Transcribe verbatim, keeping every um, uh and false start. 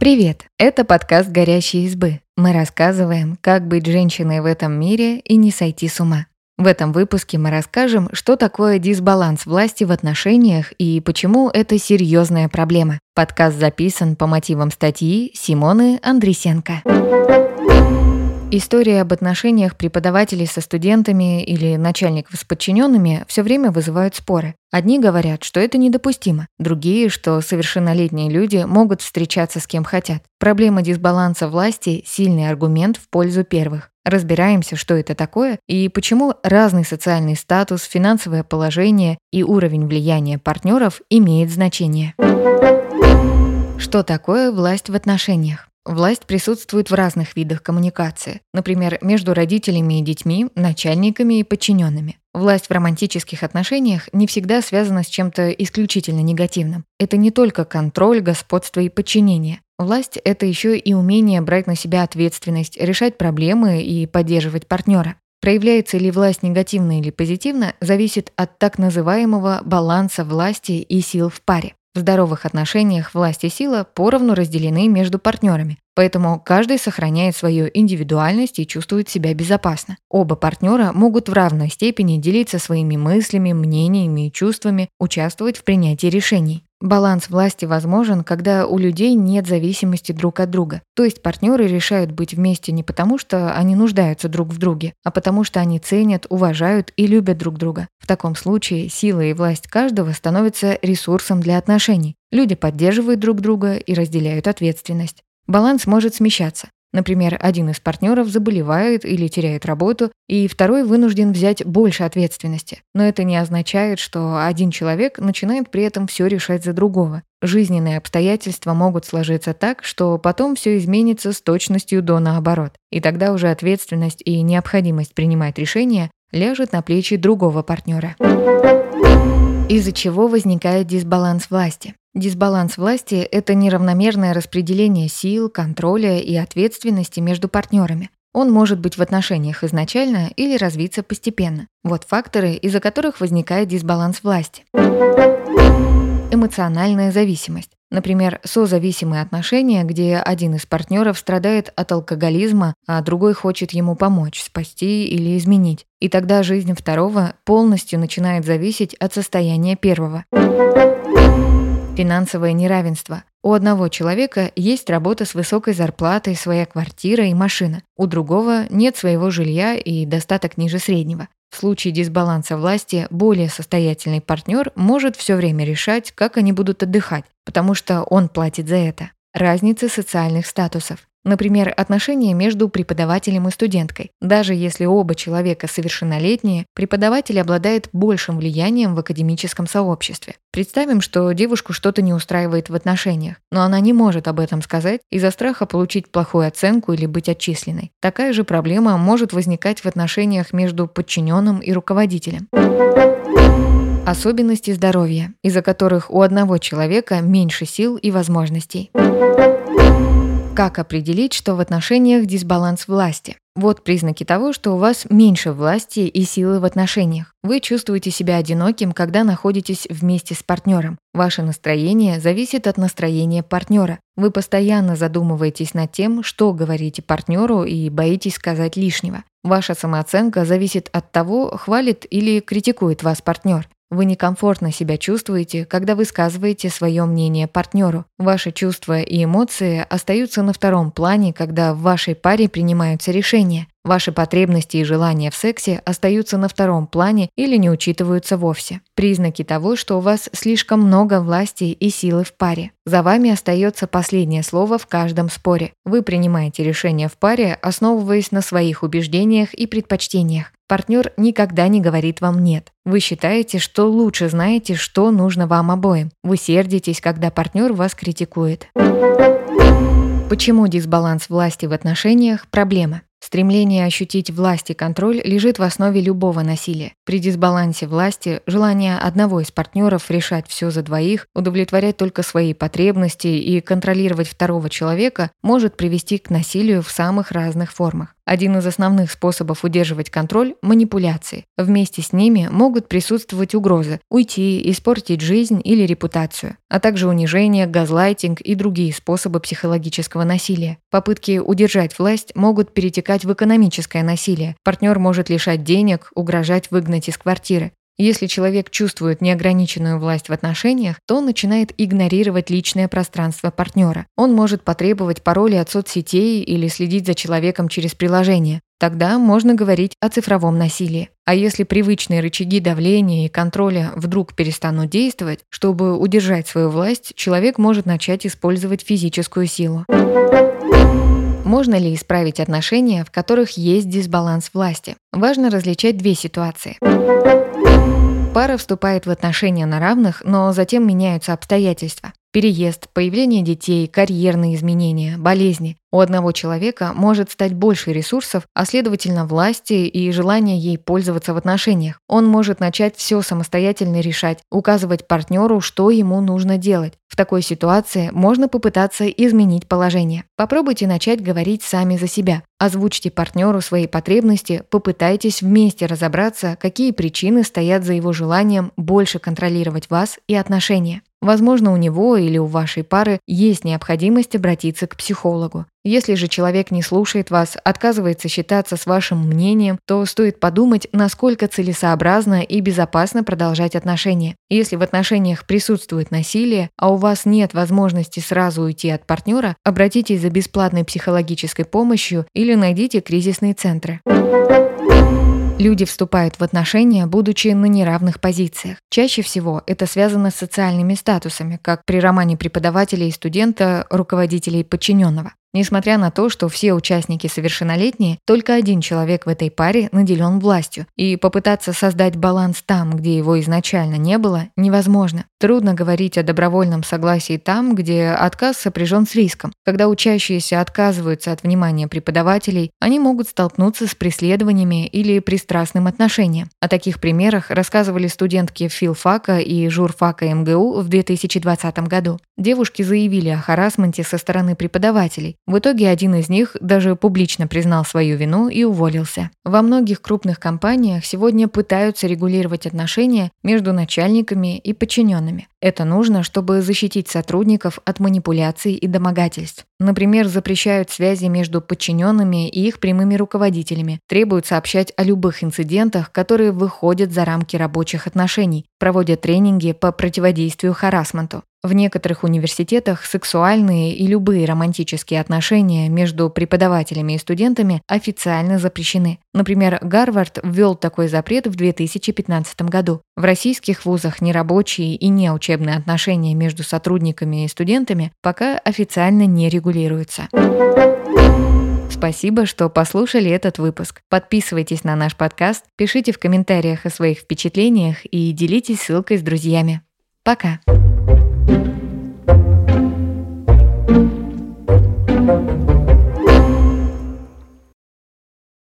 Привет! Это подкаст «Горящие избы». Мы рассказываем, как быть женщиной в этом мире и не сойти с ума. В этом выпуске мы расскажем, что такое дисбаланс власти в отношениях и почему это серьезная проблема. Подкаст записан по мотивам статьи Симоны Андресенко. История об отношениях преподавателей со студентами или начальников с подчиненными все время вызывают споры. Одни говорят, что это недопустимо, другие, что совершеннолетние люди могут встречаться с кем хотят. Проблема дисбаланса власти – сильный аргумент в пользу первых. Разбираемся, что это такое и почему разный социальный статус, финансовое положение и уровень влияния партнеров имеет значение. Что такое власть в отношениях? Власть присутствует в разных видах коммуникации, например, между родителями и детьми, начальниками и подчиненными. Власть в романтических отношениях не всегда связана с чем-то исключительно негативным. Это не только контроль, господство и подчинение. Власть – это еще и умение брать на себя ответственность, решать проблемы и поддерживать партнера. Проявляется ли власть негативно или позитивно, зависит от так называемого баланса власти и сил в паре. В здоровых отношениях власть и сила поровну разделены между партнерами, поэтому каждый сохраняет свою индивидуальность и чувствует себя безопасно. Оба партнера могут в равной степени делиться своими мыслями, мнениями и чувствами, участвовать в принятии решений. Баланс власти возможен, когда у людей нет зависимости друг от друга. То есть партнеры решают быть вместе не потому, что они нуждаются друг в друге, а потому что они ценят, уважают и любят друг друга. В таком случае сила и власть каждого становятся ресурсом для отношений. Люди поддерживают друг друга и разделяют ответственность. Баланс может смещаться. Например, один из партнеров заболевает или теряет работу, и второй вынужден взять больше ответственности. Но это не означает, что один человек начинает при этом все решать за другого. Жизненные обстоятельства могут сложиться так, что потом все изменится с точностью до наоборот. И тогда уже ответственность и необходимость принимать решения ляжет на плечи другого партнера. Из-за чего возникает дисбаланс власти? Дисбаланс власти – это неравномерное распределение сил, контроля и ответственности между партнерами. Он может быть в отношениях изначально или развиться постепенно. Вот факторы, из-за которых возникает дисбаланс власти. Эмоциональная зависимость. Например, созависимые отношения, где один из партнеров страдает от алкоголизма, а другой хочет ему помочь, спасти или изменить. И тогда жизнь второго полностью начинает зависеть от состояния первого. Финансовое неравенство. У одного человека есть работа с высокой зарплатой, своя квартира и машина. У другого нет своего жилья и достаток ниже среднего. В случае дисбаланса власти более состоятельный партнер может все время решать, как они будут отдыхать, потому что он платит за это. Разница социальных статусов. Например, отношения между преподавателем и студенткой. Даже если оба человека совершеннолетние, преподаватель обладает большим влиянием в академическом сообществе. Представим, что девушку что-то не устраивает в отношениях, но она не может об этом сказать из-за страха получить плохую оценку или быть отчисленной. Такая же проблема может возникать в отношениях между подчиненным и руководителем. Особенности здоровья, из-за которых у одного человека меньше сил и возможностей. Как определить, что в отношениях дисбаланс власти? Вот признаки того, что у вас меньше власти и силы в отношениях. Вы чувствуете себя одиноким, когда находитесь вместе с партнером. Ваше настроение зависит от настроения партнера. Вы постоянно задумываетесь над тем, что говорите партнеру, и боитесь сказать лишнего. Ваша самооценка зависит от того, хвалит или критикует вас партнер. Вы некомфортно себя чувствуете, когда высказываете свое мнение партнеру. Ваши чувства и эмоции остаются на втором плане, когда в вашей паре принимаются решения. Ваши потребности и желания в сексе остаются на втором плане или не учитываются вовсе. Признаки того, что у вас слишком много власти и силы в паре. За вами остается последнее слово в каждом споре. Вы принимаете решения в паре, основываясь на своих убеждениях и предпочтениях. Партнер никогда не говорит вам «нет». Вы считаете, что лучше знаете, что нужно вам обоим. Вы сердитесь, когда партнер вас критикует. Почему дисбаланс власти в отношениях – проблема? Стремление ощутить власть и контроль лежит в основе любого насилия. При дисбалансе власти желание одного из партнеров решать все за двоих, удовлетворять только свои потребности и контролировать второго человека может привести к насилию в самых разных формах. Один из основных способов удерживать контроль – манипуляции. Вместе с ними могут присутствовать угрозы – уйти, испортить жизнь или репутацию, а также унижение, газлайтинг и другие способы психологического насилия. Попытки удержать власть могут перетекать в экономическое насилие. Партнер может лишать денег, угрожать выгнать из квартиры. Если человек чувствует неограниченную власть в отношениях, то он начинает игнорировать личное пространство партнера. Он может потребовать пароли от соцсетей или следить за человеком через приложение. Тогда можно говорить о цифровом насилии. А если привычные рычаги давления и контроля вдруг перестанут действовать, чтобы удержать свою власть, человек может начать использовать физическую силу. Можно ли исправить отношения, в которых есть дисбаланс власти? Важно различать две ситуации. Пара вступает в отношения на равных, но затем меняются обстоятельства. Переезд, появление детей, карьерные изменения, болезни. У одного человека может стать больше ресурсов, а следовательно власти и желание ей пользоваться в отношениях. Он может начать все самостоятельно решать, указывать партнеру, что ему нужно делать. В такой ситуации можно попытаться изменить положение. Попробуйте начать говорить сами за себя. Озвучьте партнеру свои потребности, попытайтесь вместе разобраться, какие причины стоят за его желанием больше контролировать вас и отношения. Возможно, у него или у вашей пары есть необходимость обратиться к психологу. Если же человек не слушает вас, отказывается считаться с вашим мнением, то стоит подумать, насколько целесообразно и безопасно продолжать отношения. Если в отношениях присутствует насилие, а у вас нет возможности сразу уйти от партнера, обратитесь за бесплатной психологической помощью или найдите кризисные центры. Люди вступают в отношения, будучи на неравных позициях. Чаще всего это связано с социальными статусами, как при романе преподавателя и студента, руководителя и подчиненного. Несмотря на то, что все участники совершеннолетние, только один человек в этой паре наделен властью, и попытаться создать баланс там, где его изначально не было, невозможно. Трудно говорить о добровольном согласии там, где отказ сопряжен с риском. Когда учащиеся отказываются от внимания преподавателей, они могут столкнуться с преследованиями или пристрастным отношением. О таких примерах рассказывали студентки филфака и журфака эм гэ у в две тысячи двадцатом году. Девушки заявили о харассменте со стороны преподавателей. В итоге один из них даже публично признал свою вину и уволился. Во многих крупных компаниях сегодня пытаются регулировать отношения между начальниками и подчиненными. Это нужно, чтобы защитить сотрудников от манипуляций и домогательств. Например, запрещают связи между подчиненными и их прямыми руководителями, требуют сообщать о любых инцидентах, которые выходят за рамки рабочих отношений, проводят тренинги по противодействию харассменту. В некоторых университетах сексуальные и любые романтические отношения между преподавателями и студентами официально запрещены. Например, Гарвард ввел такой запрет в две тысячи пятнадцатом году. В российских вузах нерабочие и неучебные отношения между сотрудниками и студентами пока официально не регулируются. Спасибо, что послушали этот выпуск. Подписывайтесь на наш подкаст, пишите в комментариях о своих впечатлениях и делитесь ссылкой с друзьями. Пока!